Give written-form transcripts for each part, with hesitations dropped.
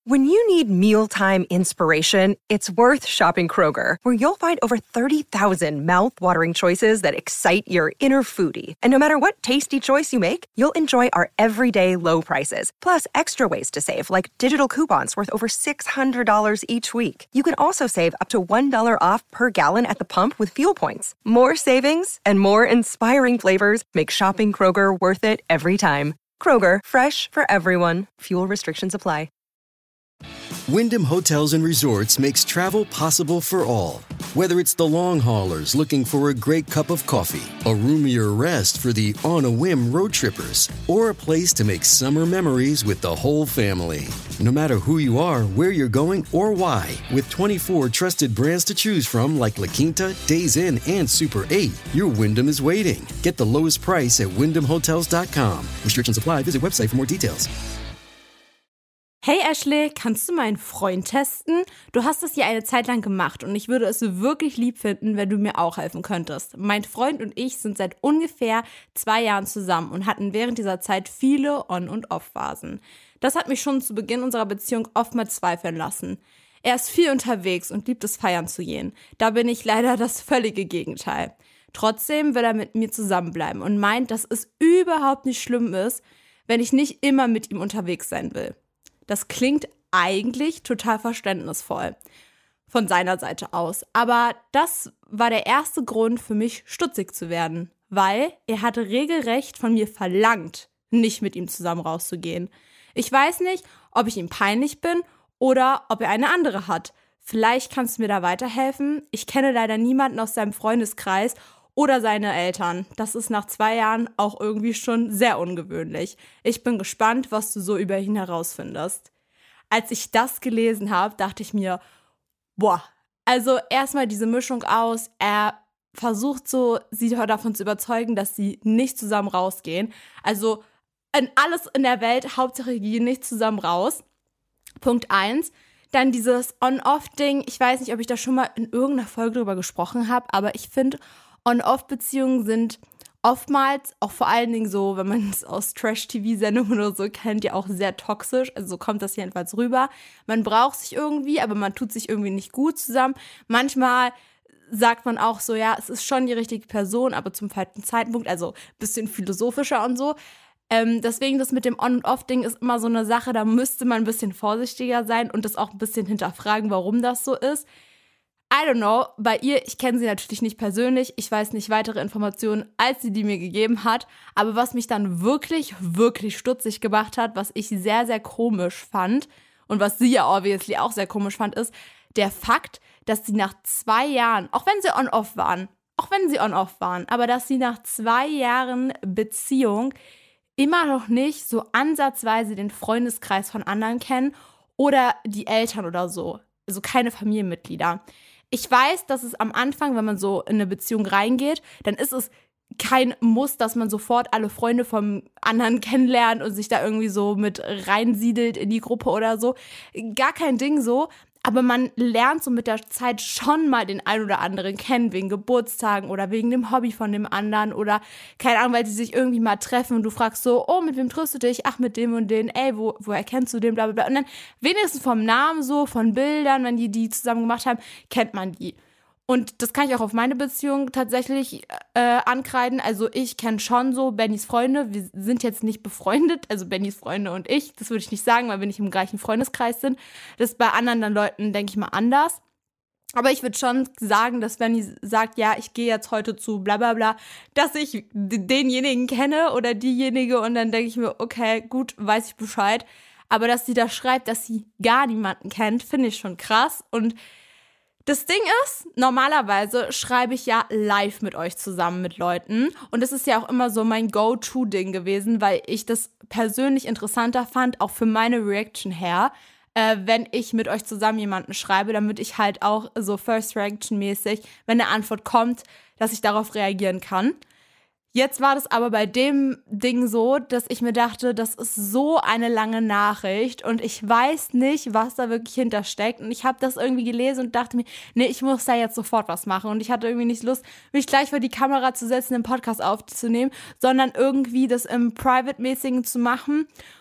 When you need mealtime inspiration, it's worth shopping Kroger, where you'll find over 30,000 mouth-watering choices that excite your inner foodie. And no matter what tasty choice you make, you'll enjoy our everyday low prices, plus extra ways to save, like digital coupons worth over $600 each week. You can also save up to $1 off per gallon at the pump with fuel points. More savings and more inspiring flavors make shopping Kroger worth it every time. Kroger, fresh for everyone. Fuel restrictions apply. Wyndham Hotels & Resorts makes travel possible for all. Whether it's the long haulers looking for a great cup of coffee, a roomier rest for the on-a-whim road trippers, or a place to make summer memories with the whole family. No matter who you are, where you're going, or why, with 24 trusted brands to choose from like La Quinta, Days Inn, and Super 8, your Wyndham is waiting. Get the lowest price at wyndhamhotels.com. Restrictions apply. Visit website for more details. Hey Ashley, kannst du meinen Freund testen? Du hast das ja eine Zeit lang gemacht und ich würde es wirklich lieb finden, wenn du mir auch helfen könntest. Mein Freund und ich sind seit ungefähr 2 Jahren zusammen und hatten während dieser Zeit viele On- und Off-Phasen. Das hat mich schon zu Beginn unserer Beziehung oft mal zweifeln lassen. Er ist viel unterwegs und liebt es, feiern zu gehen. Da bin ich leider das völlige Gegenteil. Trotzdem will er mit mir zusammenbleiben und meint, dass es überhaupt nicht schlimm ist, wenn ich nicht immer mit ihm unterwegs sein will. Das klingt eigentlich total verständnisvoll von seiner Seite aus. Aber das war der erste Grund für mich, stutzig zu werden, weil er hatte regelrecht von mir verlangt, nicht mit ihm zusammen rauszugehen. Ich weiß nicht, ob ich ihm peinlich bin oder ob er eine andere hat. Vielleicht kannst du mir da weiterhelfen. Ich kenne leider niemanden aus seinem Freundeskreis oder seine Eltern. Das ist nach 2 Jahren auch irgendwie schon sehr ungewöhnlich. Ich bin gespannt, was du so über ihn herausfindest. Als ich das gelesen habe, dachte ich mir, boah, also erstmal diese Mischung aus, er versucht so, sie davon zu überzeugen, dass sie nicht zusammen rausgehen. Also alles in der Welt, Hauptsache gehen nicht zusammen raus. Punkt 1. Dann dieses On-Off-Ding. Ich weiß nicht, ob ich da schon mal in irgendeiner Folge drüber gesprochen habe, aber ich finde, On-Off-Beziehungen sind oftmals, auch vor allen Dingen so, wenn man es aus Trash-TV-Sendungen oder so kennt, ja auch sehr toxisch. Also so kommt das jedenfalls rüber. Man braucht sich irgendwie, aber man tut sich irgendwie nicht gut zusammen. Manchmal sagt man auch so, ja, es ist schon die richtige Person, aber zum falschen Zeitpunkt, also ein bisschen philosophischer und so. Deswegen das mit dem On- und Off-Ding ist immer so eine Sache, da müsste man ein bisschen vorsichtiger sein und das auch ein bisschen hinterfragen, warum das so ist. I don't know, bei ihr, ich kenne sie natürlich nicht persönlich, ich weiß nicht weitere Informationen, als sie die mir gegeben hat, aber was mich dann wirklich, wirklich stutzig gemacht hat, was ich sehr, sehr komisch fand und was sie ja obviously auch sehr komisch fand, ist der Fakt, dass sie nach 2 Jahren, auch wenn sie on-off waren, aber dass sie nach 2 Jahren Beziehung immer noch nicht so ansatzweise den Freundeskreis von anderen kennen oder die Eltern oder so, also keine Familienmitglieder. Ich weiß, dass es am Anfang, wenn man so in eine Beziehung reingeht, dann ist es kein Muss, dass man sofort alle Freunde vom anderen kennenlernt und sich da irgendwie so mit reinsiedelt in die Gruppe oder so. Gar kein Ding so. Aber man lernt so mit der Zeit schon mal den einen oder anderen kennen, wegen Geburtstagen oder wegen dem Hobby von dem anderen oder, keine Ahnung, weil sie sich irgendwie mal treffen und du fragst so, oh, mit wem triffst du dich? Ach, mit dem und den, ey, woher kennst du den, bla bla bla. Und dann wenigstens vom Namen so, von Bildern, wenn die zusammen gemacht haben, kennt man die. Und das kann ich auch auf meine Beziehung tatsächlich ankreiden. Also ich kenne schon so Bennys Freunde. Wir sind jetzt nicht befreundet, also Bennys Freunde und ich. Das würde ich nicht sagen, weil wir nicht im gleichen Freundeskreis sind. Das ist bei anderen dann Leuten, denke ich mal, anders. Aber ich würde schon sagen, dass Benny sagt, ja, ich gehe jetzt heute zu bla bla bla, dass ich denjenigen kenne oder diejenige. Und dann denke ich mir, okay, gut, weiß ich Bescheid. Aber dass sie da schreibt, dass sie gar niemanden kennt, finde ich schon krass. Und das Ding ist, normalerweise schreibe ich ja live mit euch zusammen mit Leuten und das ist ja auch immer so mein Go-To-Ding gewesen, weil ich das persönlich interessanter fand, auch für meine Reaction her, wenn ich mit euch zusammen jemanden schreibe, damit ich halt auch so First Reaction-mäßig, wenn eine Antwort kommt, dass ich darauf reagieren kann. Jetzt war das aber bei dem Ding so, dass ich mir dachte, das ist so eine lange Nachricht und ich weiß nicht, was da wirklich hintersteckt. Und ich habe das irgendwie gelesen und dachte mir, nee, ich muss da jetzt sofort was machen. Und ich hatte irgendwie nicht Lust, mich gleich vor die Kamera zu setzen, den Podcast aufzunehmen, sondern irgendwie das im Private-mäßigen zu machen.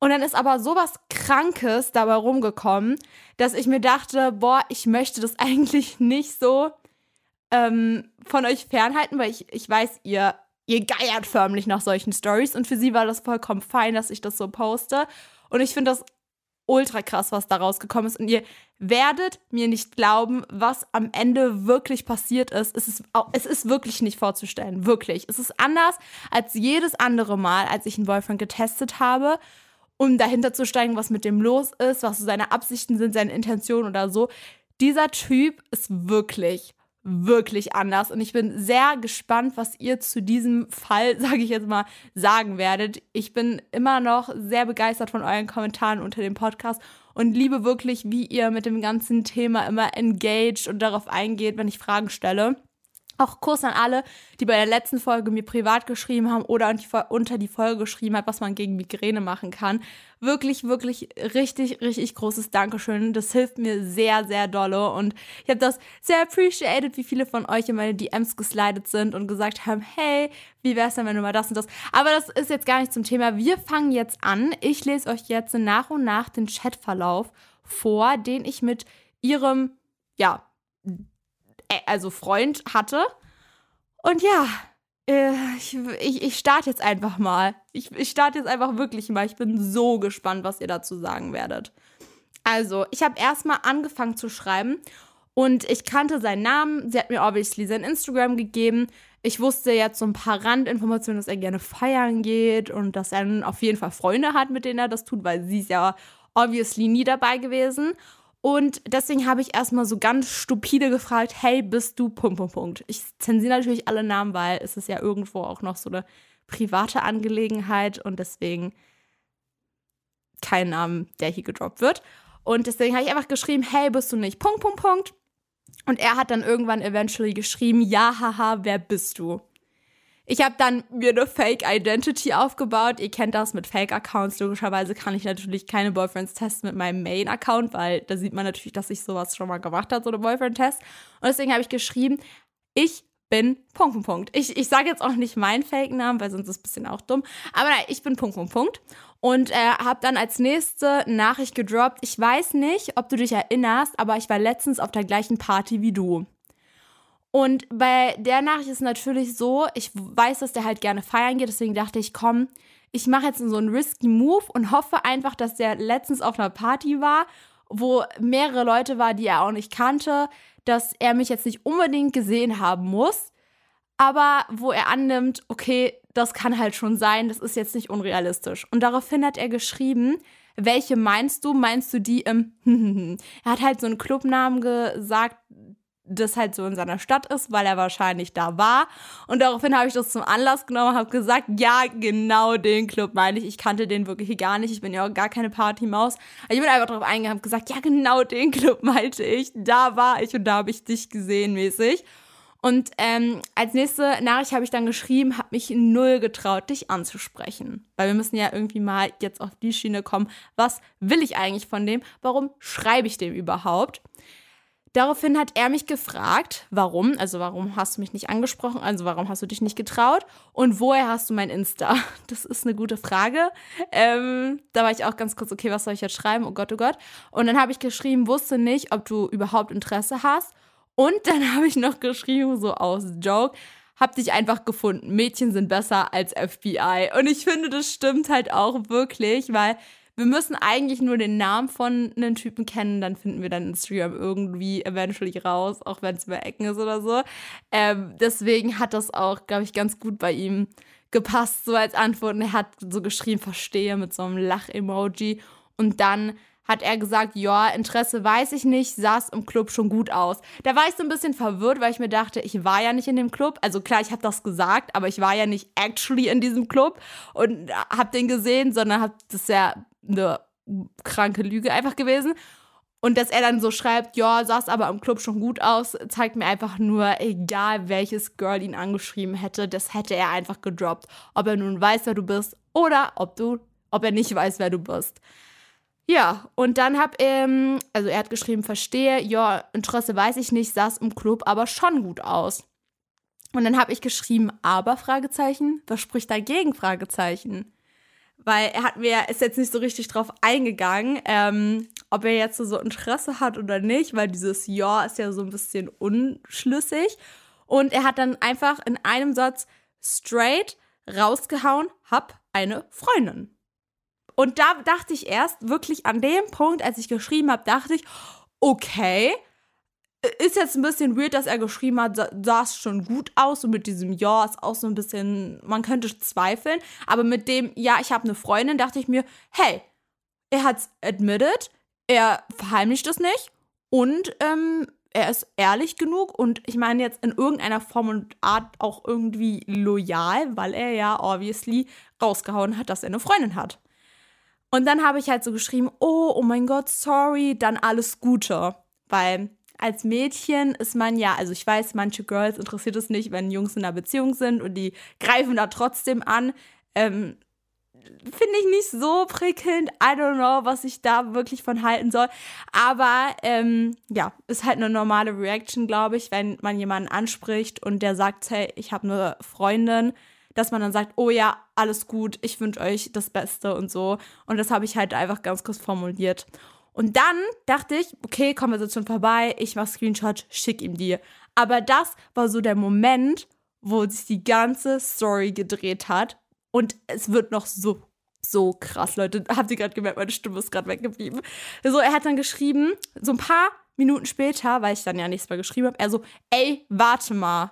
Und dann ist aber sowas Krankes dabei rumgekommen, dass ich mir dachte, boah, ich möchte das eigentlich nicht so von euch fernhalten, weil ich weiß, ihr geiert förmlich nach solchen Stories und für sie war das vollkommen fein, dass ich das so poste. Und ich finde das ultra krass, was da rausgekommen ist. Und ihr werdet mir nicht glauben, was am Ende wirklich passiert ist. Es ist wirklich nicht vorzustellen, wirklich. Es ist anders als jedes andere Mal, als ich einen Boyfriend getestet habe, um dahinter zu steigen, was mit dem los ist, was so seine Absichten sind, seine Intentionen oder so. Dieser Typ ist wirklich anders und ich bin sehr gespannt, was ihr zu diesem Fall, sage ich jetzt mal, sagen werdet. Ich bin immer noch sehr begeistert von euren Kommentaren unter dem Podcast und liebe wirklich, wie ihr mit dem ganzen Thema immer engaged und darauf eingeht, wenn ich Fragen stelle. Auch Kuss an alle, die bei der letzten Folge mir privat geschrieben haben oder unter die Folge geschrieben hat, was man gegen Migräne machen kann. Wirklich, wirklich richtig, richtig großes Dankeschön. Das hilft mir sehr, sehr dolle und ich habe das sehr appreciated, wie viele von euch in meine DMs geslidet sind und gesagt haben, hey, wie wär's denn, wenn du mal das und das. Aber das ist jetzt gar nicht zum Thema. Wir fangen jetzt an. Ich lese euch jetzt nach und nach den Chatverlauf vor, den ich mit ihrem, Freund hatte. Und ja, ich starte jetzt einfach mal. Ich starte jetzt einfach wirklich mal. Ich bin so gespannt, was ihr dazu sagen werdet. Also, ich habe erstmal angefangen zu schreiben und ich kannte seinen Namen. Sie hat mir obviously sein Instagram gegeben. Ich wusste jetzt so ein paar Randinformationen, dass er gerne feiern geht und dass er auf jeden Fall Freunde hat, mit denen er das tut, weil sie ist ja obviously nie dabei gewesen. Und deswegen habe ich erstmal so ganz stupide gefragt, hey, bist du ... Ich zensiere natürlich alle Namen, weil es ist ja irgendwo auch noch so eine private Angelegenheit und deswegen kein Namen, der hier gedroppt wird. Und deswegen habe ich einfach geschrieben, hey, bist du nicht ... Und er hat dann irgendwann eventually geschrieben, ja, haha, wer bist du? Ich habe dann mir eine Fake-Identity aufgebaut. Ihr kennt das mit Fake-Accounts. Logischerweise kann ich natürlich keine Boyfriends testen mit meinem Main-Account, weil da sieht man natürlich, dass ich sowas schon mal gemacht habe, so eine Boyfriend-Test. Und deswegen habe ich geschrieben, ich bin ... Ich sage jetzt auch nicht meinen Fake-Namen, weil sonst ist es ein bisschen auch dumm. Aber nein, ich bin ... Und habe dann als nächste Nachricht gedroppt, ich weiß nicht, ob du dich erinnerst, aber ich war letztens auf der gleichen Party wie du. Und bei der Nachricht ist natürlich so, ich weiß, dass der halt gerne feiern geht, deswegen dachte ich, komm, ich mache jetzt so einen risky Move und hoffe einfach, dass der letztens auf einer Party war, wo mehrere Leute waren, die er auch nicht kannte, dass er mich jetzt nicht unbedingt gesehen haben muss, aber wo er annimmt, okay, das kann halt schon sein, das ist jetzt nicht unrealistisch. Und daraufhin hat er geschrieben, welche meinst du? Meinst du die im Er hat halt so einen Clubnamen gesagt, das halt so in seiner Stadt ist, weil er wahrscheinlich da war. Und daraufhin habe ich das zum Anlass genommen und habe gesagt, ja, genau den Club meine ich. Ich kannte den wirklich gar nicht. Ich bin ja auch gar keine Partymaus. Ich bin einfach drauf eingegangen und gesagt, ja, genau den Club meinte ich. Da war ich und da habe ich dich gesehen mäßig. Und als nächste Nachricht habe ich dann geschrieben, habe mich null getraut, dich anzusprechen. Weil wir müssen ja irgendwie mal jetzt auf die Schiene kommen. Was will ich eigentlich von dem? Warum schreibe ich dem überhaupt? Daraufhin hat er mich gefragt, warum? Also warum hast du mich nicht angesprochen? Also warum hast du dich nicht getraut? Und woher hast du mein Insta? Das ist eine gute Frage. Da war ich auch ganz kurz, okay, was soll ich jetzt schreiben? Oh Gott, oh Gott. Und dann habe ich geschrieben, wusste nicht, ob du überhaupt Interesse hast. Und dann habe ich noch geschrieben, so aus Joke, hab dich einfach gefunden. Mädchen sind besser als FBI. Und ich finde, das stimmt halt auch wirklich, weil wir müssen eigentlich nur den Namen von einem Typen kennen, dann finden wir dann Instagram irgendwie eventually raus, auch wenn es über Ecken ist oder so. Deswegen hat das auch, glaube ich, ganz gut bei ihm gepasst, so als Antwort. Und er hat so geschrieben, verstehe, mit so einem Lach-Emoji. Und dann hat er gesagt, ja, Interesse weiß ich nicht, sah es im Club schon gut aus. Da war ich so ein bisschen verwirrt, weil ich mir dachte, ich war ja nicht in dem Club. Also klar, ich habe das gesagt, aber ich war ja nicht actually in diesem Club und habe den gesehen, sondern das ist ja eine kranke Lüge einfach gewesen. Und dass er dann so schreibt, ja, sah es aber im Club schon gut aus, zeigt mir einfach nur, egal welches Girl ihn angeschrieben hätte, das hätte er einfach gedroppt. Ob er nun weiß, wer du bist oder ob er nicht weiß, wer du bist. Ja, und dann also er hat geschrieben, verstehe, ja, Interesse weiß ich nicht, sah es im Club aber schon gut aus. Und dann habe ich geschrieben, aber, Fragezeichen, was spricht dagegen, Fragezeichen? weil ist jetzt nicht so richtig drauf eingegangen, ob er jetzt so Interesse hat oder nicht, weil dieses Ja ist ja so ein bisschen unschlüssig. Und er hat dann einfach in einem Satz straight rausgehauen, hab eine Freundin. Und da dachte ich erst, wirklich an dem Punkt, als ich geschrieben habe, dachte ich, okay, ist jetzt ein bisschen weird, dass er geschrieben hat, sah es schon gut aus und mit diesem Ja ist auch so ein bisschen, man könnte zweifeln, aber mit dem Ja, ich habe eine Freundin, dachte ich mir, hey, er hat's admitted, er verheimlicht es nicht und er ist ehrlich genug und ich meine jetzt in irgendeiner Form und Art auch irgendwie loyal, weil er ja obviously rausgehauen hat, dass er eine Freundin hat. Und dann habe ich halt so geschrieben, oh mein Gott, sorry, dann alles Gute, weil als Mädchen ist man ja, also ich weiß, manche Girls interessiert es nicht, wenn Jungs in einer Beziehung sind und die greifen da trotzdem an. Finde ich nicht so prickelnd. I don't know, was ich da wirklich von halten soll. Aber ist halt eine normale Reaction, glaube ich, wenn man jemanden anspricht und der sagt, hey, ich habe eine Freundin, dass man dann sagt, oh ja, alles gut, ich wünsche euch das Beste und so. Und das habe ich halt einfach ganz kurz formuliert. Und dann dachte ich, okay, Konversation vorbei, ich mache Screenshot, schick ihm die. Aber das war so der Moment, wo sich die ganze Story gedreht hat. Und es wird noch so krass, Leute. Habt ihr gerade gemerkt, meine Stimme ist gerade weggeblieben. So, er hat dann geschrieben, so ein paar Minuten später, weil ich dann ja nichts mehr geschrieben habe, er so, ey, warte mal.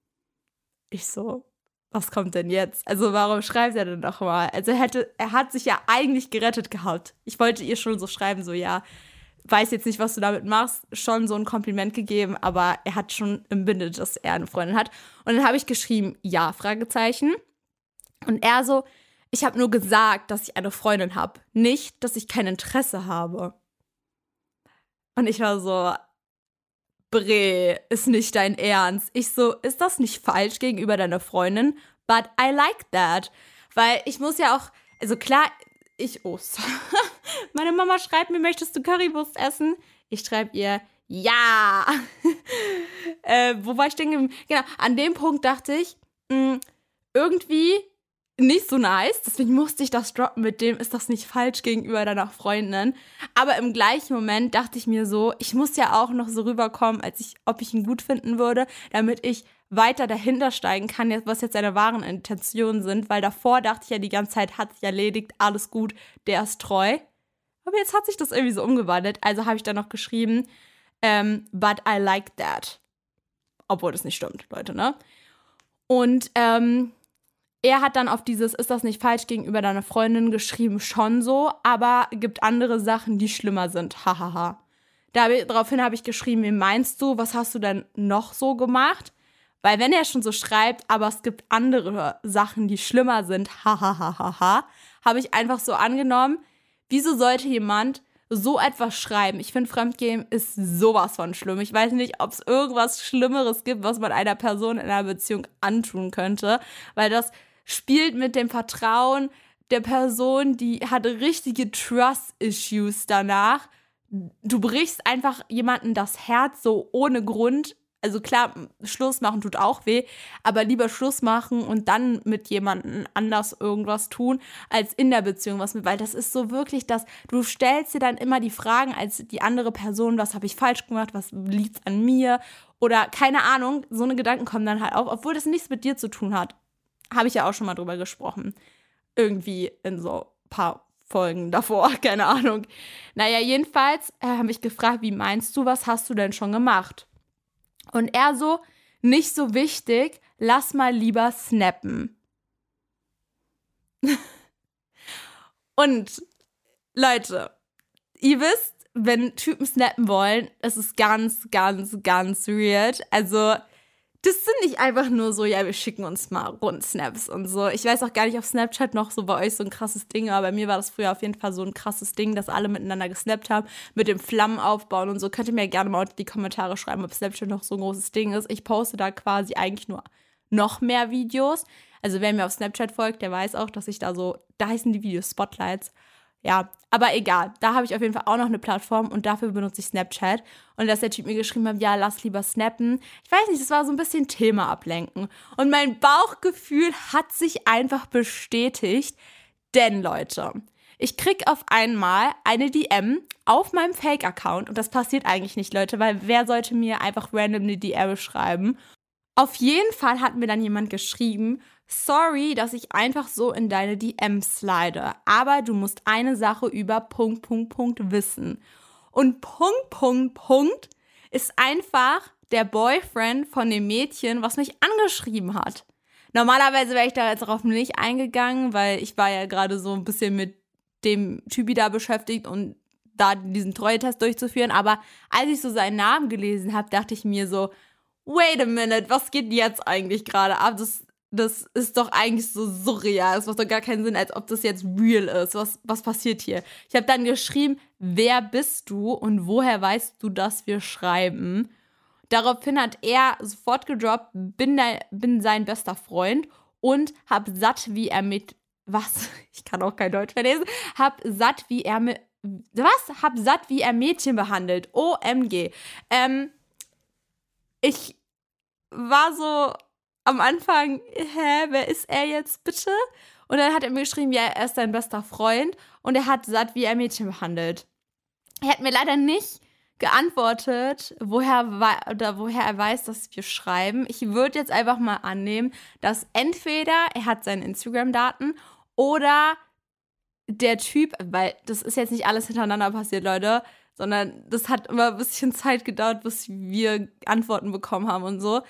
Ich so, was kommt denn jetzt? Also warum schreibt er denn noch mal? Also er hat sich ja eigentlich gerettet gehabt. Ich wollte ihr schon so schreiben, so ja, weiß jetzt nicht, was du damit machst, schon so ein Kompliment gegeben, aber er hat schon im Bilde, dass er eine Freundin hat. Und dann habe ich geschrieben, ja, Fragezeichen. Und er so, ich habe nur gesagt, dass ich eine Freundin habe, nicht, dass ich kein Interesse habe. Und ich war so, Bre, ist nicht dein Ernst. Ich so, ist das nicht falsch gegenüber deiner Freundin? But I like that. Weil ich muss ja auch, also klar, meine Mama schreibt mir, möchtest du Currywurst essen? Ich schreibe ihr, ja. Wo war ich denn? Genau, an dem Punkt dachte ich, irgendwie nicht so nice, deswegen musste ich das droppen mit dem, ist das nicht falsch gegenüber deiner Freundin? Aber im gleichen Moment dachte ich mir so, ich muss ja auch noch so rüberkommen, ob ich ihn gut finden würde, damit ich weiter dahinter steigen kann, was jetzt seine wahren Intentionen sind, weil davor dachte ich ja die ganze Zeit, hat sich erledigt, alles gut, der ist treu. Aber jetzt hat sich das irgendwie so umgewandelt, also habe ich dann noch geschrieben, but I like that. Obwohl das nicht stimmt, Leute, ne? Und, er hat dann auf dieses, ist das nicht falsch gegenüber deiner Freundin geschrieben, schon so, aber gibt andere Sachen, die schlimmer sind, hahaha. Daraufhin habe ich geschrieben, wie meinst du, was hast du denn noch so gemacht? Weil wenn er schon so schreibt, aber es gibt andere Sachen, die schlimmer sind, hahaha, habe ich einfach so angenommen, wieso sollte jemand so etwas schreiben? Ich finde, Fremdgehen ist sowas von schlimm. Ich weiß nicht, ob es irgendwas Schlimmeres gibt, was man einer Person in einer Beziehung antun könnte, weil das spielt mit dem Vertrauen der Person, die hat richtige Trust-Issues danach. Du brichst einfach jemandem das Herz so ohne Grund. Also klar, Schluss machen tut auch weh, aber lieber Schluss machen und dann mit jemandem anders irgendwas tun, als in der Beziehung was mit, weil das ist so wirklich das, du stellst dir dann immer die Fragen als die andere Person, was habe ich falsch gemacht, was liegt an mir oder keine Ahnung, so eine Gedanken kommen dann halt auf, obwohl das nichts mit dir zu tun hat. Habe ich ja auch schon mal drüber gesprochen. Irgendwie in so ein paar Folgen davor, keine Ahnung. Naja, jedenfalls habe ich gefragt, wie meinst du, was hast du denn schon gemacht? Und er so, nicht so wichtig, lass mal lieber snappen. Und Leute, ihr wisst, wenn Typen snappen wollen, das ist ganz, ganz, ganz weird. Also das sind nicht einfach nur so, ja, wir schicken uns mal Rundsnaps und so. Ich weiß auch gar nicht, ob Snapchat noch so bei euch so ein krasses Ding war. Bei mir war das früher auf jeden Fall so ein krasses Ding, dass alle miteinander gesnappt haben, mit dem Flammen aufbauen und so. Könnt ihr mir gerne mal unter die Kommentare schreiben, ob Snapchat noch so ein großes Ding ist. Ich poste da quasi eigentlich nur noch mehr Videos. Also wer mir auf Snapchat folgt, der weiß auch, dass ich da heißen die Videos Spotlights. Ja, aber egal. Da habe ich auf jeden Fall auch noch eine Plattform und dafür benutze ich Snapchat. Und dass der Typ mir geschrieben hat, ja, lass lieber snappen. Ich weiß nicht, das war so ein bisschen Thema ablenken. Und mein Bauchgefühl hat sich einfach bestätigt. Denn, Leute, ich krieg auf einmal eine DM auf meinem Fake-Account und das passiert eigentlich nicht, Leute, weil wer sollte mir einfach random eine DM schreiben? Auf jeden Fall hat mir dann jemand geschrieben, sorry, dass ich einfach so in deine DMs slide, aber du musst eine Sache über ... wissen. Und ... ist einfach der Boyfriend von dem Mädchen, was mich angeschrieben hat. Normalerweise wäre ich da jetzt darauf nicht eingegangen, weil ich war ja gerade so ein bisschen mit dem Typi da beschäftigt und da diesen Treue-Test durchzuführen. Aber als ich so seinen Namen gelesen habe, dachte ich mir so, wait a minute, was geht jetzt eigentlich gerade ab? Das ist doch eigentlich so surreal. Es macht doch gar keinen Sinn, als ob das jetzt real ist. Was passiert hier? Ich habe dann geschrieben, wer bist du und woher weißt du, dass wir schreiben? Daraufhin hat er sofort gedroppt, bin sein bester Freund und hab satt, wie er mit, was? Ich kann auch kein Deutsch mehr lesen. Hab satt, wie er Mädchen behandelt. OMG. Ich war so am Anfang, wer ist er jetzt bitte? Und dann hat er mir geschrieben, ja, er ist sein bester Freund und er hat satt, wie er Mädchen behandelt. Er hat mir leider nicht geantwortet, woher er weiß, dass wir schreiben. Ich würde jetzt einfach mal annehmen, dass entweder er hat seine Instagram-Daten oder der Typ, weil das ist jetzt nicht alles hintereinander passiert, Leute, sondern das hat immer ein bisschen Zeit gedauert, bis wir Antworten bekommen haben und so.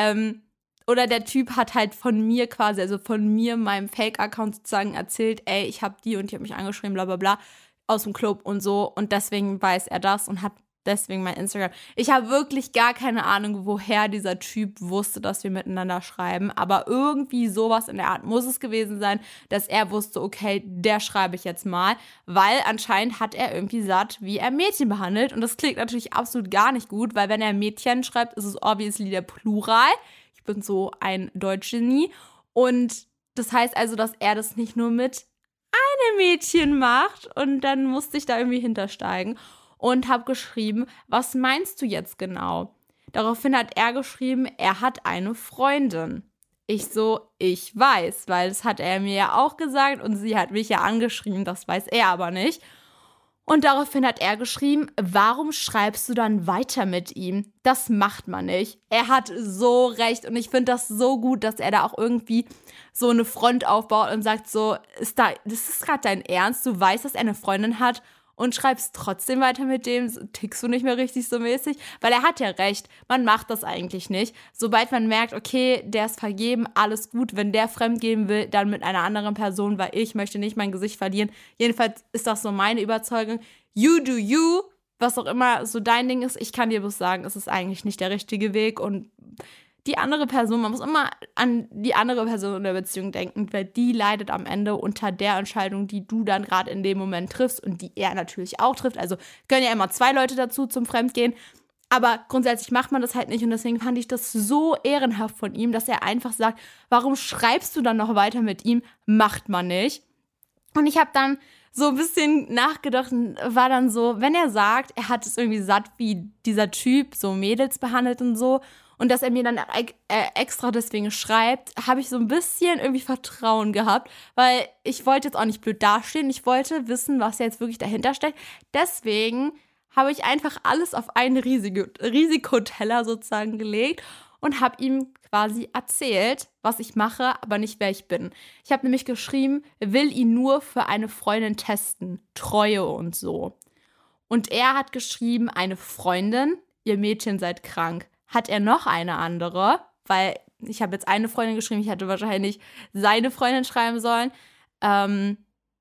Oder der Typ hat halt von mir quasi, also von mir, meinem Fake-Account sozusagen erzählt, ey, ich habe die und die hat mich angeschrieben, bla bla bla, aus dem Club und so. Und deswegen weiß er das und hat deswegen mein Instagram. Ich habe wirklich gar keine Ahnung, woher dieser Typ wusste, dass wir miteinander schreiben. Aber irgendwie sowas in der Art muss es gewesen sein, dass er wusste, okay, der schreibe ich jetzt mal. Weil anscheinend hat er irgendwie satt, wie er Mädchen behandelt. Und das klingt natürlich absolut gar nicht gut, weil wenn er Mädchen schreibt, ist es obviously der Plural. Ich bin so ein Deutschgenie. Und das heißt also, dass er das nicht nur mit einem Mädchen macht. Und dann musste ich da irgendwie hintersteigen. Und habe geschrieben, was meinst du jetzt genau? Daraufhin hat er geschrieben, er hat eine Freundin. Ich so, ich weiß, weil das hat er mir ja auch gesagt und sie hat mich ja angeschrieben, das weiß er aber nicht. Und daraufhin hat er geschrieben, warum schreibst du dann weiter mit ihm? Das macht man nicht. Er hat so recht und ich finde das so gut, dass er da auch irgendwie so eine Front aufbaut und sagt so, das ist gerade dein Ernst? Du weißt, dass er eine Freundin hat und schreibst trotzdem weiter mit dem, tickst du nicht mehr richtig so mäßig? Weil er hat ja recht, man macht das eigentlich nicht. Sobald man merkt, okay, der ist vergeben, alles gut. Wenn der fremdgehen will, dann mit einer anderen Person, weil ich möchte nicht mein Gesicht verlieren. Jedenfalls ist das so meine Überzeugung. You do you, was auch immer so dein Ding ist. Ich kann dir bloß sagen, es ist eigentlich nicht der richtige Weg und die andere Person, man muss immer an die andere Person in der Beziehung denken, weil die leidet am Ende unter der Entscheidung, die du dann gerade in dem Moment triffst und die er natürlich auch trifft. Also können ja immer 2 Leute dazu zum Fremdgehen, aber grundsätzlich macht man das halt nicht und deswegen fand ich das so ehrenhaft von ihm, dass er einfach sagt, warum schreibst du dann noch weiter mit ihm? Macht man nicht. Und ich habe dann so ein bisschen nachgedacht und war dann so, wenn er sagt, er hat es irgendwie satt, wie dieser Typ so Mädels behandelt und so, und dass er mir dann extra deswegen schreibt, habe ich so ein bisschen irgendwie Vertrauen gehabt, weil ich wollte jetzt auch nicht blöd dastehen. Ich wollte wissen, was jetzt wirklich dahinter steckt. Deswegen habe ich einfach alles auf einen Risikoteller sozusagen gelegt und habe ihm quasi erzählt, was ich mache, aber nicht, wer ich bin. Ich habe nämlich geschrieben, will ihn nur für eine Freundin testen, Treue und so. Und er hat geschrieben, eine Freundin, ihr Mädchen seid krank. Hat er noch eine andere, weil ich habe jetzt eine Freundin geschrieben, ich hätte wahrscheinlich seine Freundin schreiben sollen. Aber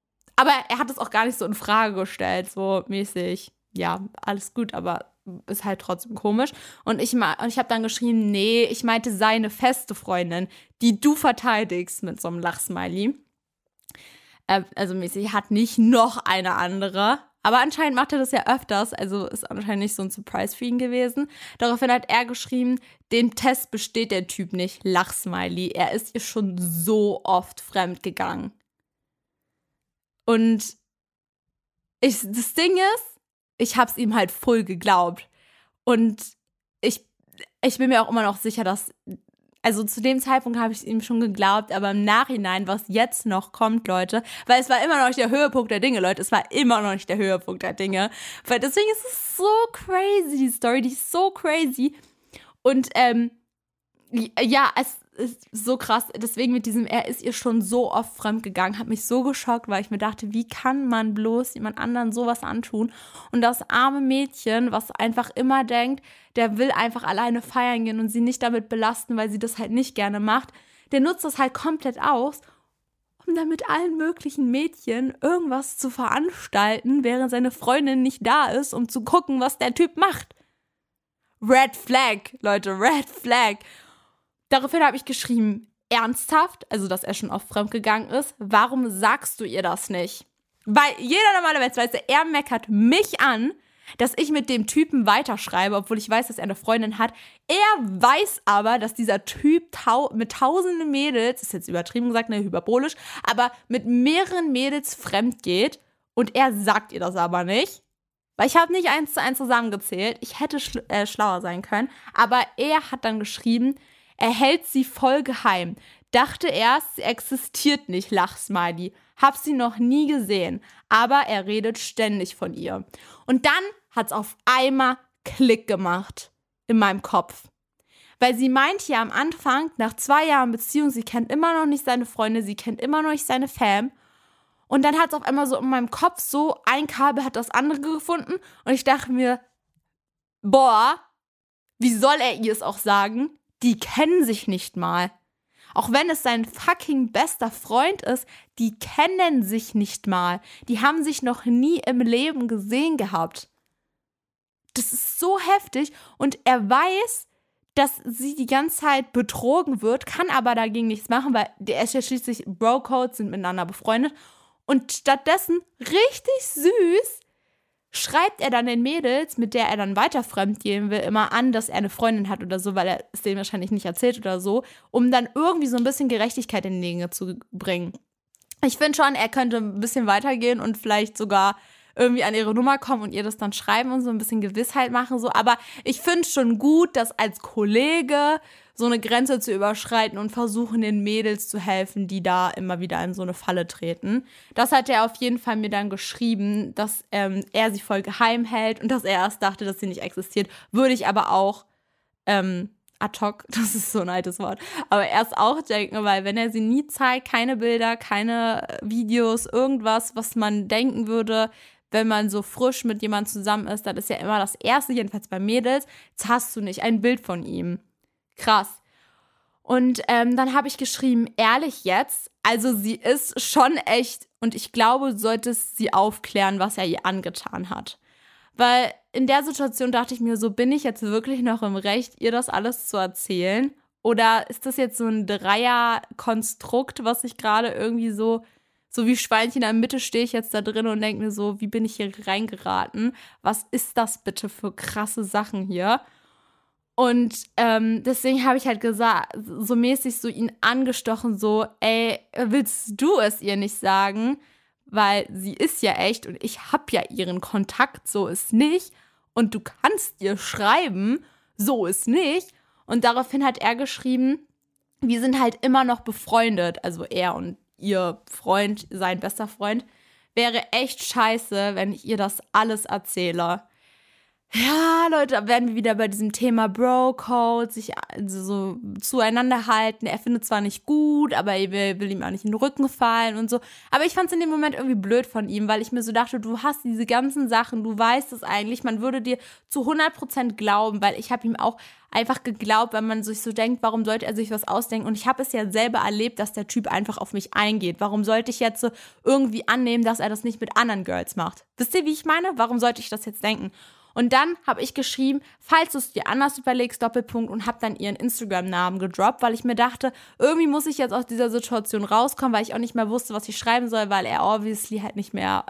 er hat es auch gar nicht so in Frage gestellt, so mäßig, ja, alles gut, aber ist halt trotzdem komisch. Und ich habe dann geschrieben, nee, ich meinte seine feste Freundin, die du verteidigst mit so einem Lachsmiley. Also mäßig, hat nicht noch eine andere. Aber anscheinend macht er das ja öfters, also ist anscheinend nicht so ein Surprise für ihn gewesen. Daraufhin hat er geschrieben, den Test besteht der Typ nicht, Lachsmiley. Er ist ihr schon so oft fremd gegangen. Und das Ding ist, ich hab's ihm halt voll geglaubt. Und ich bin mir auch immer noch sicher, dass Also zu dem Zeitpunkt habe ich es ihm schon geglaubt, aber im Nachhinein, was jetzt noch kommt, Leute, weil es war immer noch nicht der Höhepunkt der Dinge, Leute, es war immer noch nicht der Höhepunkt der Dinge. Weil deswegen ist es so crazy, die Story, die ist so crazy. Und ja, es ist so krass. Deswegen mit diesem, er ist ihr schon so oft fremdgegangen, hat mich so geschockt, weil ich mir dachte, wie kann man bloß jemand anderen sowas antun? Und das arme Mädchen, was einfach immer denkt, der will einfach alleine feiern gehen und sie nicht damit belasten, weil sie das halt nicht gerne macht, der nutzt das halt komplett aus, um dann mit allen möglichen Mädchen irgendwas zu veranstalten, während seine Freundin nicht da ist, um zu gucken, was der Typ macht. Red Flag, Leute, Red Flag. Daraufhin habe ich geschrieben, ernsthaft, also dass er schon oft fremdgegangen ist, warum sagst du ihr das nicht? Weil jeder normalerweise weiß, er meckert mich an, dass ich mit dem Typen weiterschreibe, obwohl ich weiß, dass er eine Freundin hat. Er weiß aber, dass dieser Typ mit tausenden Mädels, ist jetzt übertrieben gesagt, ne, hyperbolisch, aber mit mehreren Mädels fremd geht und er sagt ihr das aber nicht. Weil ich habe nicht 1:1 zusammengezählt, ich hätte schlauer sein können, aber er hat dann geschrieben, er hält sie voll geheim. Dachte erst, sie existiert nicht, Lachsmiley. Hab sie noch nie gesehen, aber er redet ständig von ihr. Und dann hat's auf einmal Klick gemacht in meinem Kopf. Weil sie meint ja am Anfang, nach 2 Jahren Beziehung, sie kennt immer noch nicht seine Freunde, sie kennt immer noch nicht seine Fam. Und dann hat's auf einmal so in meinem Kopf so, ein Kabel hat das andere gefunden. Und ich dachte mir, boah, wie soll er ihr es auch sagen? Die kennen sich nicht mal. Auch wenn es sein fucking bester Freund ist, die kennen sich nicht mal. Die haben sich noch nie im Leben gesehen gehabt. Das ist so heftig und er weiß, dass sie die ganze Zeit betrogen wird, kann aber dagegen nichts machen, weil der ist ja schließlich Bro-Codes, sind miteinander befreundet. Und stattdessen richtig süß schreibt er dann den Mädels, mit der er dann weiter fremdgehen will, immer an, dass er eine Freundin hat oder so, weil er es denen wahrscheinlich nicht erzählt oder so, um dann irgendwie so ein bisschen Gerechtigkeit in die Dinge zu bringen. Ich finde schon, er könnte ein bisschen weitergehen und vielleicht sogar irgendwie an ihre Nummer kommen und ihr das dann schreiben und so ein bisschen Gewissheit machen, so. Aber ich finde schon gut, dass als Kollege so eine Grenze zu überschreiten und versuchen, den Mädels zu helfen, die da immer wieder in so eine Falle treten. Das hat er auf jeden Fall mir dann geschrieben, dass er sie voll geheim hält und dass er erst dachte, dass sie nicht existiert. Würde ich aber auch ad hoc, das ist so ein altes Wort, aber erst auch denken, weil wenn er sie nie zeigt, keine Bilder, keine Videos, irgendwas, was man denken würde, wenn man so frisch mit jemandem zusammen ist, dann ist ja immer das Erste, jedenfalls bei Mädels, jetzt hast du nicht ein Bild von ihm. Krass. Und dann habe ich geschrieben, ehrlich jetzt, also sie ist schon echt und ich glaube, du solltest sie aufklären, was er ihr angetan hat. Weil in der Situation dachte ich mir so, bin ich jetzt wirklich noch im Recht, ihr das alles zu erzählen? Oder ist das jetzt so ein Dreier-Konstrukt, was ich gerade irgendwie so wie Schweinchen in der Mitte stehe ich jetzt da drin und denke mir so, wie bin ich hier reingeraten? Was ist das bitte für krasse Sachen hier? Und deswegen habe ich halt gesagt, so mäßig so ihn angestochen, so, ey, willst du es ihr nicht sagen? Weil sie ist ja echt und ich habe ja ihren Kontakt, so ist nicht. Und du kannst ihr schreiben, so ist nicht. Und daraufhin hat er geschrieben, wir sind halt immer noch befreundet, also er und ihr Freund, sein bester Freund, wäre echt scheiße, wenn ich ihr das alles erzähle. Ja, Leute, da werden wir wieder bei diesem Thema Bro-Code, sich also so zueinander halten. Er findet zwar nicht gut, aber er will ihm auch nicht in den Rücken fallen und so. Aber ich fand es in dem Moment irgendwie blöd von ihm, weil ich mir so dachte, du hast diese ganzen Sachen, du weißt es eigentlich, man würde dir zu 100% glauben, weil ich habe ihm auch einfach geglaubt, wenn man sich so denkt, warum sollte er sich was ausdenken? Und ich habe es ja selber erlebt, dass der Typ einfach auf mich eingeht. Warum sollte ich jetzt so irgendwie annehmen, dass er das nicht mit anderen Girls macht? Wisst ihr, wie ich meine? Warum sollte ich das jetzt denken? Und dann habe ich geschrieben, falls du es dir anders überlegst, Doppelpunkt, und habe dann ihren Instagram-Namen gedroppt, weil ich mir dachte, irgendwie muss ich jetzt aus dieser Situation rauskommen, weil ich auch nicht mehr wusste, was ich schreiben soll, weil er obviously halt nicht mehr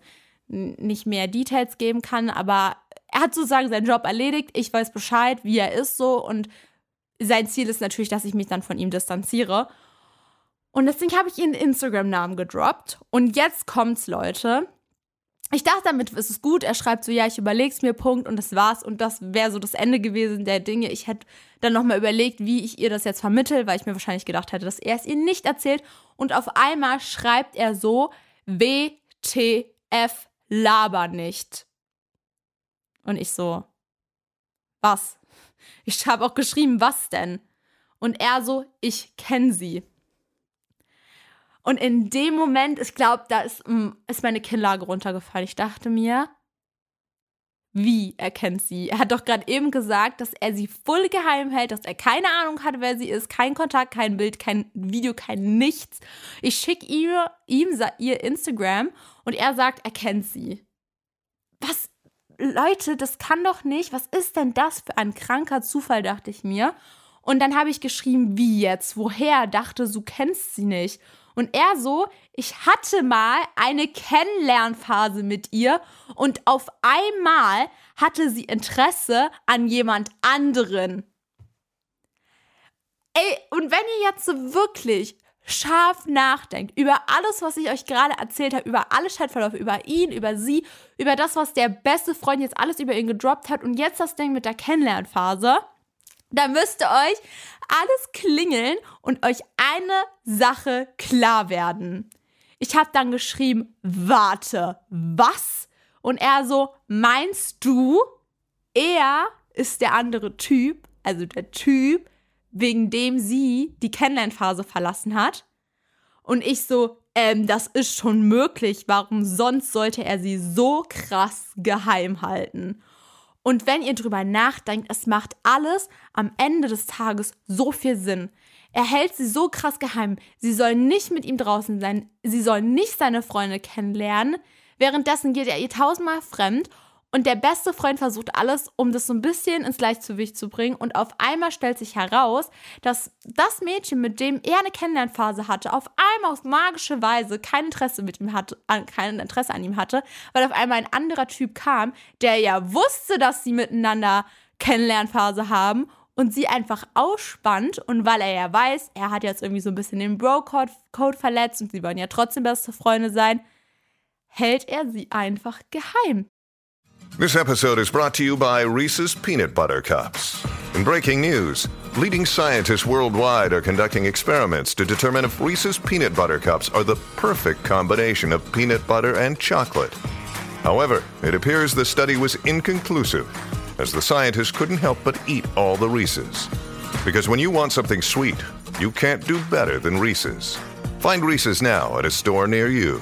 Details geben kann, aber er hat sozusagen seinen Job erledigt, ich weiß Bescheid, wie er ist so und sein Ziel ist natürlich, dass ich mich dann von ihm distanziere. Und deswegen habe ich ihren Instagram-Namen gedroppt und jetzt kommt's, Leute. ich dachte, damit ist es gut. Er schreibt so, ja, ich überleg's mir, Punkt, und das war's. Und das wäre so das Ende gewesen der Dinge. Ich hätte dann nochmal überlegt, wie ich ihr das jetzt vermittle, weil ich mir wahrscheinlich gedacht hätte, dass er es ihr nicht erzählt. Und auf einmal schreibt er so, WTF, laber nicht. Und ich so, was? Ich habe auch geschrieben, was denn? Und er so, ich kenne sie. Und in dem Moment, ich glaube, da ist meine Kinnlage runtergefallen. Ich dachte mir, wie er kennt sie? Er hat doch gerade eben gesagt, dass er sie voll geheim hält, dass er keine Ahnung hat, wer sie ist, kein Kontakt, kein Bild, kein Video, kein nichts. Ich schicke ihm ihr Instagram und er sagt, er kennt sie. Was? Leute, das kann doch nicht. Was ist denn das für ein kranker Zufall, dachte ich mir. Und dann habe ich geschrieben, wie jetzt? Woher? Dachte, du kennst sie nicht. Und er so, ich hatte mal eine Kennenlernphase mit ihr und auf einmal hatte sie Interesse an jemand anderen. Ey, und wenn ihr jetzt so wirklich scharf nachdenkt über alles, was ich euch gerade erzählt habe, über alle Chatverläufe, über ihn, über sie, über das, was der beste Freund jetzt alles über ihn gedroppt hat und jetzt das Ding mit der Kennenlernphase, da müsste euch alles klingeln und euch eine Sache klar werden. Ich habe dann geschrieben, warte, was? Und er so, meinst du, er ist der andere Typ, also der Typ, wegen dem sie die Kennenlernphase verlassen hat? Und ich so, das ist schon möglich, warum sonst sollte er sie so krass geheim halten? Und wenn ihr drüber nachdenkt, es macht alles am Ende des Tages so viel Sinn. Er hält sie so krass geheim. Sie soll nicht mit ihm draußen sein. Sie soll nicht seine Freunde kennenlernen. Währenddessen geht er ihr tausendmal fremd. Und der beste Freund versucht alles, um das so ein bisschen ins Gleichgewicht zu bringen. Und auf einmal stellt sich heraus, dass das Mädchen, mit dem er eine Kennenlernphase hatte, auf einmal auf magische Weise kein Interesse an ihm hatte, weil auf einmal ein anderer Typ kam, der ja wusste, dass sie miteinander Kennenlernphase haben und sie einfach ausspannt. Und weil er ja weiß, er hat jetzt irgendwie so ein bisschen den Bro-Code verletzt und sie wollen ja trotzdem beste Freunde sein, hält er sie einfach geheim. This episode is brought to you by Reese's Peanut Butter Cups. In breaking news, leading scientists worldwide are conducting experiments to determine if Reese's Peanut Butter Cups are the perfect combination of peanut butter and chocolate. However, it appears the study was inconclusive, as the scientists couldn't help but eat all the Reese's. Because when you want something sweet, you can't do better than Reese's. Find Reese's now at a store near you.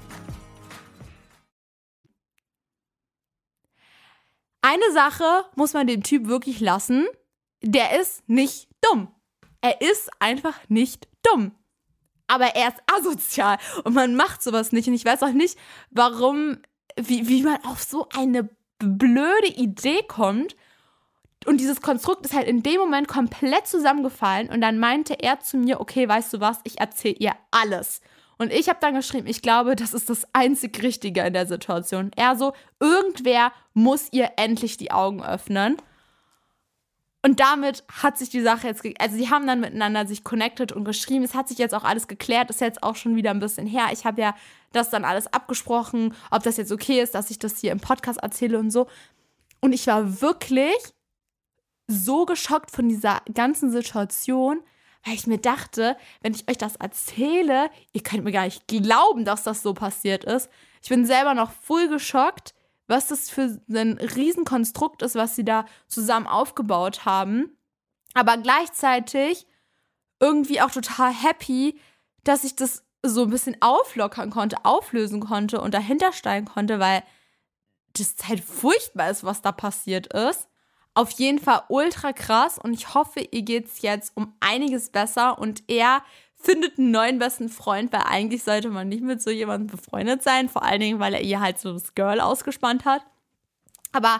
Eine Sache muss man dem Typ wirklich lassen, der ist nicht dumm. Er ist einfach nicht dumm. Aber er ist asozial und man macht sowas nicht. Und ich weiß auch nicht, warum, wie man auf so eine blöde Idee kommt. Und dieses Konstrukt ist halt in dem Moment komplett zusammengefallen. Und dann meinte er zu mir, okay, weißt du was, ich erzähle ihr alles. Und ich habe dann geschrieben, ich glaube, das ist das einzig Richtige in der Situation. Er so, irgendwer muss ihr endlich die Augen öffnen. Und damit hat sich die Sache jetzt, also sie haben dann miteinander sich connected und geschrieben. Es hat sich jetzt auch alles geklärt, ist jetzt auch schon wieder ein bisschen her. Ich habe ja das dann alles abgesprochen, ob das jetzt okay ist, dass ich das hier im Podcast erzähle und so. Und ich war wirklich so geschockt von dieser ganzen Situation, weil ich mir dachte, wenn ich euch das erzähle, ihr könnt mir gar nicht glauben, dass das so passiert ist. Ich bin selber noch voll geschockt, was das für ein Riesenkonstrukt ist, was sie da zusammen aufgebaut haben. Aber gleichzeitig irgendwie auch total happy, dass ich das so ein bisschen auflockern konnte, auflösen konnte und dahinter steigen konnte, weil das halt furchtbar ist, was da passiert ist. Auf jeden Fall ultra krass und ich hoffe, ihr geht's jetzt um einiges besser und er findet einen neuen besten Freund, weil eigentlich sollte man nicht mit so jemandem befreundet sein, vor allen Dingen, weil er ihr halt so das Girl ausgespannt hat. Aber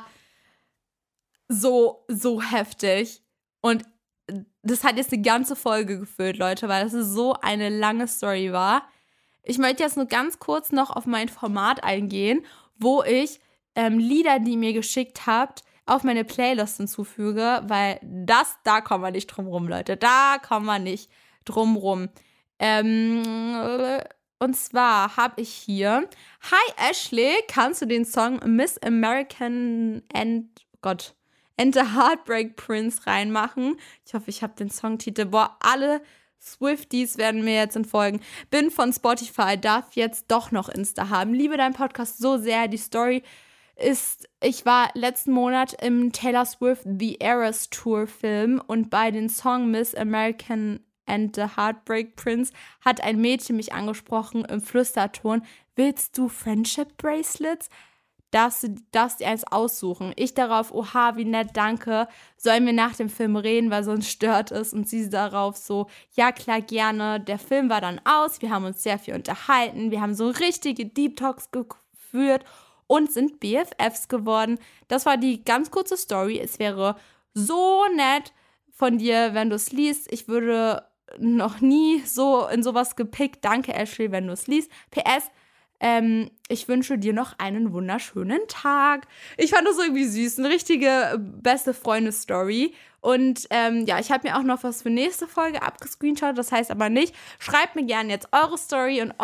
so heftig und das hat jetzt eine ganze Folge gefüllt, Leute, weil das so eine lange Story war. Ich möchte jetzt nur ganz kurz noch auf mein Format eingehen, wo ich Lieder, die ihr mir geschickt habt, auf meine Playlist hinzufüge, weil da kommen wir nicht drum rum, Leute. Da kommen wir nicht drum rum. Und zwar habe ich hier: Hi Ashley, kannst du den Song Miss American and the Heartbreak Prince reinmachen? Ich hoffe, ich habe den Songtitel. Boah, alle Swifties werden mir jetzt entfolgen. Bin von Spotify, darf jetzt doch noch Insta haben. Liebe deinen Podcast so sehr. Die Story ist, ich war letzten Monat im Taylor Swift The Eras Tour Film und bei den Song Miss American and the Heartbreak Prince hat ein Mädchen mich angesprochen im Flüsterton: Willst du Friendship Bracelets? Darfst dir eins aussuchen. Ich darauf: Oha, wie nett, danke. Sollen wir nach dem Film reden, weil sonst stört es? Und sie darauf so: Ja, klar, gerne. Der Film war dann aus, wir haben uns sehr viel unterhalten, wir haben so richtige Deep Talks geführt und sind BFFs geworden. Das war die ganz kurze Story. Es wäre so nett von dir, wenn du es liest. Ich würde noch nie so in sowas gepickt. Danke, Ashley, wenn du es liest. PS, ich wünsche dir noch einen wunderschönen Tag. Ich fand das irgendwie süß. Eine richtige beste Freunde-Story. Und ich habe mir auch noch was für nächste Folge abgescreenshot. Das heißt aber nicht. Schreibt mir gerne jetzt eure Story und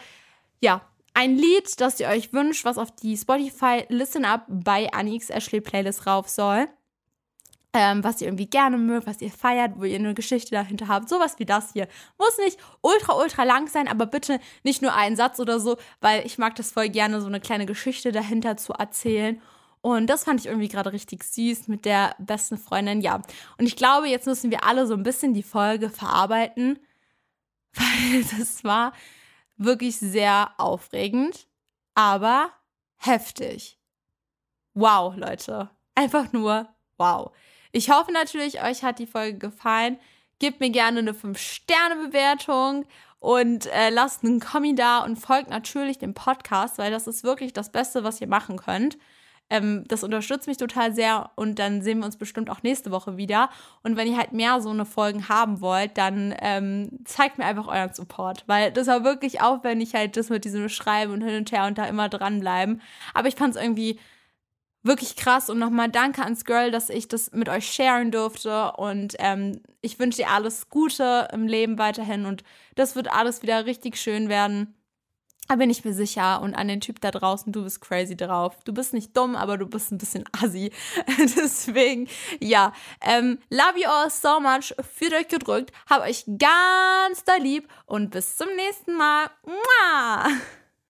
ein Lied, das ihr euch wünscht, was auf die Spotify Listen Up bei Annie X Ashley Playlist rauf soll. Was ihr irgendwie gerne mögt, was ihr feiert, wo ihr eine Geschichte dahinter habt. Sowas wie das hier. Muss nicht ultra lang sein, aber bitte nicht nur einen Satz oder so, weil ich mag das voll gerne, so eine kleine Geschichte dahinter zu erzählen. Und das fand ich irgendwie gerade richtig süß mit der besten Freundin. Ja, und ich glaube, jetzt müssen wir alle so ein bisschen die Folge verarbeiten, weil das war wirklich sehr aufregend, aber heftig. Wow, Leute. Einfach nur wow. Ich hoffe natürlich, euch hat die Folge gefallen. Gebt mir gerne eine 5-Sterne-Bewertung und lasst einen Kommi da und folgt natürlich dem Podcast, weil das ist wirklich das Beste, was ihr machen könnt. Das unterstützt mich total sehr und dann sehen wir uns bestimmt auch nächste Woche wieder. Und wenn ihr halt mehr so eine Folgen haben wollt, dann zeigt mir einfach euren Support, weil das war wirklich aufwendig, halt das mit diesem Schreiben und hin und her und da immer dranbleiben. Aber ich fand es irgendwie wirklich krass und nochmal danke ans Girl, dass ich das mit euch sharen durfte und ich wünsche dir alles Gute im Leben weiterhin und das wird alles wieder richtig schön werden. Da bin ich mir sicher. Und an den Typ da draußen, du bist crazy drauf. Du bist nicht dumm, aber du bist ein bisschen assi. Deswegen, ja. Love you all so much. Fühlt euch gedrückt. Hab euch ganz da lieb. Und bis zum nächsten Mal. Mua!